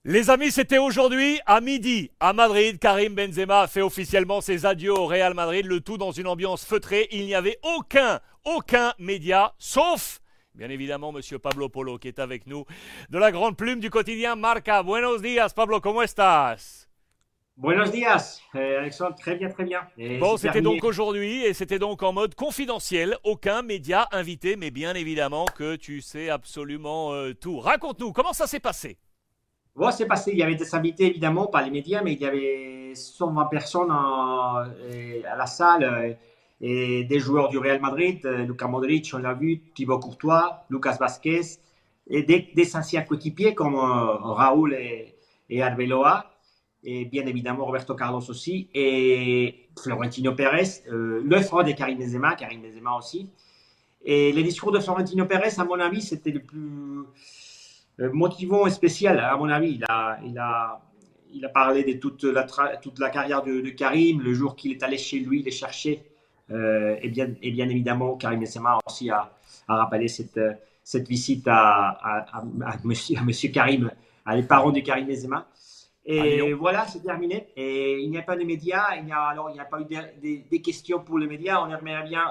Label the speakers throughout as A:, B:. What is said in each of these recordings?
A: Les amis, c'était aujourd'hui à midi à Madrid. Karim Benzema a fait officiellement ses adieux au Real Madrid, le tout dans une ambiance feutrée. Il n'y avait aucun média, sauf bien évidemment Monsieur Pablo Polo qui est avec nous de la grande plume du quotidien Marca. Buenos días, Pablo, ¿cómo estás?
B: Buenos días, Alexandre, très bien, très bien. Et
A: Bon,
B: c'est
A: c'était
B: terminé.
A: donc aujourd'hui et c'était donc en mode confidentiel. Aucun média invité, mais bien évidemment que tu sais absolument tout. Raconte-nous, comment ça s'est passé?
B: Bon, c'est passé, il y avait des invités évidemment, pas les médias, mais il y avait 120 personnes à la salle et des joueurs du Real Madrid, Luka Modric, on l'a vu, Thibaut Courtois, Lucas Vasquez, et des anciens coéquipiers comme Raúl et Arbeloa, et bien évidemment Roberto Carlos aussi, et Florentino Pérez, le frère de Karim Benzema aussi. Et les discours de Florentino Pérez, à mon avis, c'était le plus motivant et spécial. À mon avis, il a parlé de toute la carrière de Karim, le jour qu'il est allé chez lui les chercher. Et bien évidemment, Karim Benzema aussi a rappelé cette visite à monsieur Karim, à les parents de Karim Benzema.
A: À Lyon.
B: Et voilà, c'est terminé. Et il n'y a pas de médias. Il n'y a pas eu des questions pour les médias. On aimerait bien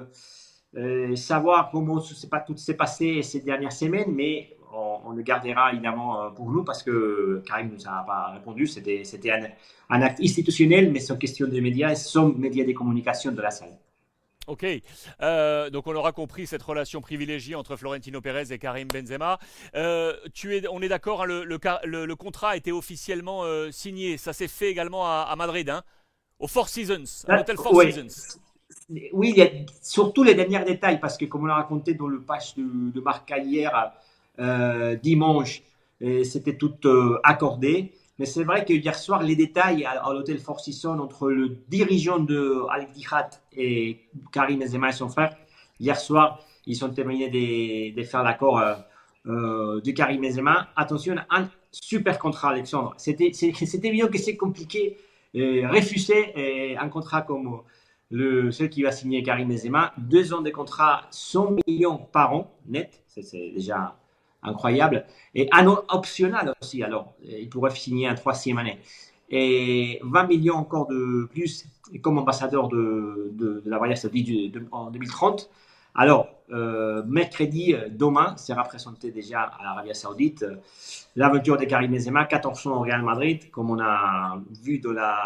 B: savoir comment tout s'est passé ces dernières semaines, mais on le gardera évidemment pour nous parce que Karim ne nous a pas répondu. C'était un acte institutionnel, mais sans question de médias et sans médias de communication de la salle.
A: Ok, donc on aura compris cette relation privilégiée entre Florentino Pérez et Karim Benzema. On est d'accord, hein, le contrat a été officiellement signé. Ça s'est fait également à Madrid, hein, au Four Seasons, à l'hôtel Four
B: Oui,
A: Seasons.
B: oui, il y a surtout les derniers détails parce que comme on l'a raconté dans le page de Marca hier, dimanche, c'était tout accordé. Mais c'est vrai que hier soir, les détails à l'hôtel Four Seasons entre le dirigeant de Al Ittihad et Karim Benzema et son frère, hier soir, ils sont terminés de faire l'accord de Karim Benzema. Attention, un super contrat, Alexandre. C'était évident que c'est compliqué refuser un contrat comme celui qui va signer Karim Benzema. 2 ans de contrat, 100 millions par an net. C'est déjà incroyable. Et un an optionnel aussi. Alors, il pourrait signer un troisième année. Et 20 millions encore de plus comme ambassadeur de l'Arabie Saoudite en 2030. Alors, mercredi, demain, sera présenté déjà à l'Arabie Saoudite l'aventure de Karim Benzema, 14 ans au Real Madrid, comme on a vu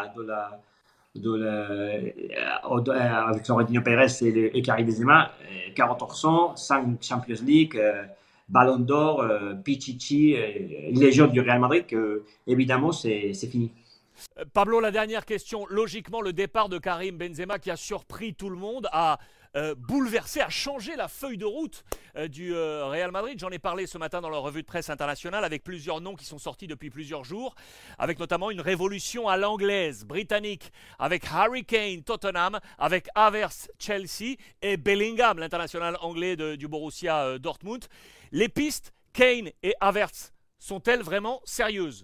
B: avec Florentino Pérez et Karim Benzema, 40%, 5 Champions League, Ballon d'Or, Pichichi, légende du Real Madrid, que évidemment c'est fini.
A: Pablo, la dernière question. Logiquement, le départ de Karim Benzema qui a surpris tout le monde a bouleversé, a changé la feuille de route du Real Madrid. J'en ai parlé ce matin dans la revue de presse internationale avec plusieurs noms qui sont sortis depuis plusieurs jours, avec notamment une révolution à l'anglaise, britannique, avec Harry Kane, Tottenham, avec Havertz, Chelsea et Bellingham, l'international anglais du Borussia Dortmund. Les pistes, Kane et Havertz, sont-elles vraiment sérieuses?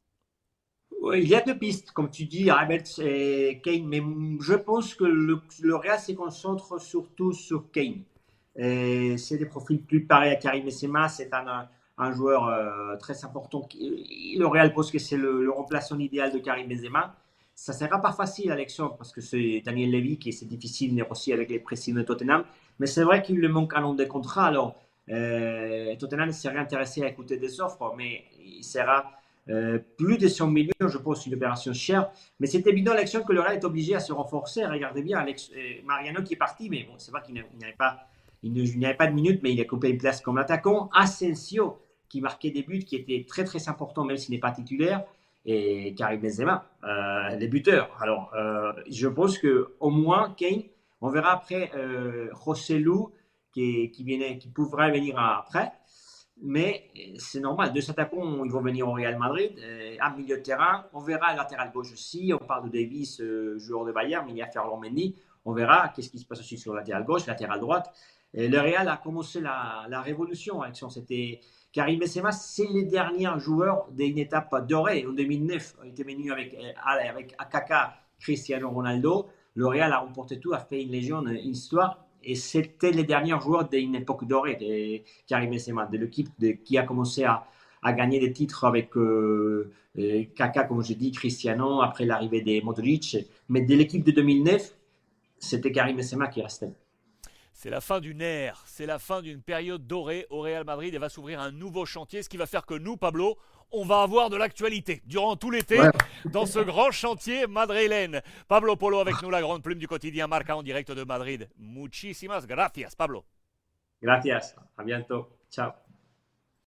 B: Il y a 2 pistes, comme tu dis, Havertz et Kane, mais je pense que le Real se concentre surtout sur Kane. C'est des profils plus pareils à Karim Benzema, c'est un joueur très important. Le Real pense que c'est le remplaçant idéal de Karim Benzema. Ça ne sera pas facile, Alexandre, parce que c'est Daniel Levy qui c'est difficile de négocier avec les présidents de Tottenham. Mais c'est vrai qu'il lui manque un an de contrat. Alors, Tottenham serait intéressé à écouter des offres, mais il sera plus de 100 millions, je pense, une opération chère. Mais c'est évident, Alexandre, que le Real est obligé à se renforcer. Regardez bien, Mariano qui est parti, mais bon, c'est vrai qu'il n'avait pas il n'y avait pas de minutes, mais il a coupé une place comme attaquant. Asensio, qui marquait des buts, qui était très très important, même s'il n'est pas titulaire. Et Karim Benzema, les buteurs. Alors, je pense qu'au moins, Kane, on verra après Joselu, qui pourrait venir après. Mais c'est normal, 2 attaquants, ils vont venir au Real Madrid. Un milieu de terrain, on verra un latéral gauche aussi. On parle de Davis, joueur de Bayern, mais il y a Ferland Mendy. On verra qu'est-ce qui se passe aussi sur le latéral gauche, latéral droite. Et le Real a commencé la révolution. C'était Karim Benzema, c'est le dernier joueur d'une étape dorée. En 2009, il était venu avec Kaka, Cristiano Ronaldo. Le Real a remporté tout, a fait une légende, une histoire. Et c'était les derniers joueurs d'une époque dorée de Karim Benzema, de l'équipe qui a commencé a gagné des titres avec Kaka, comme je dis, Cristiano, après l'arrivée des Modric. Mais dès l'équipe de 2009, c'était Karim Benzema qui restait.
A: C'est la fin d'une ère, c'est la fin d'une période dorée au Real Madrid et va s'ouvrir un nouveau chantier, ce qui va faire que nous, Pablo, on va avoir de l'actualité durant tout l'été
B: Ouais.
A: dans ce grand chantier madrilène. Pablo Polo avec nous, la grande plume du quotidien Marca en direct de Madrid. Muchísimas gracias, Pablo.
B: Gracias. À bientôt. Ciao.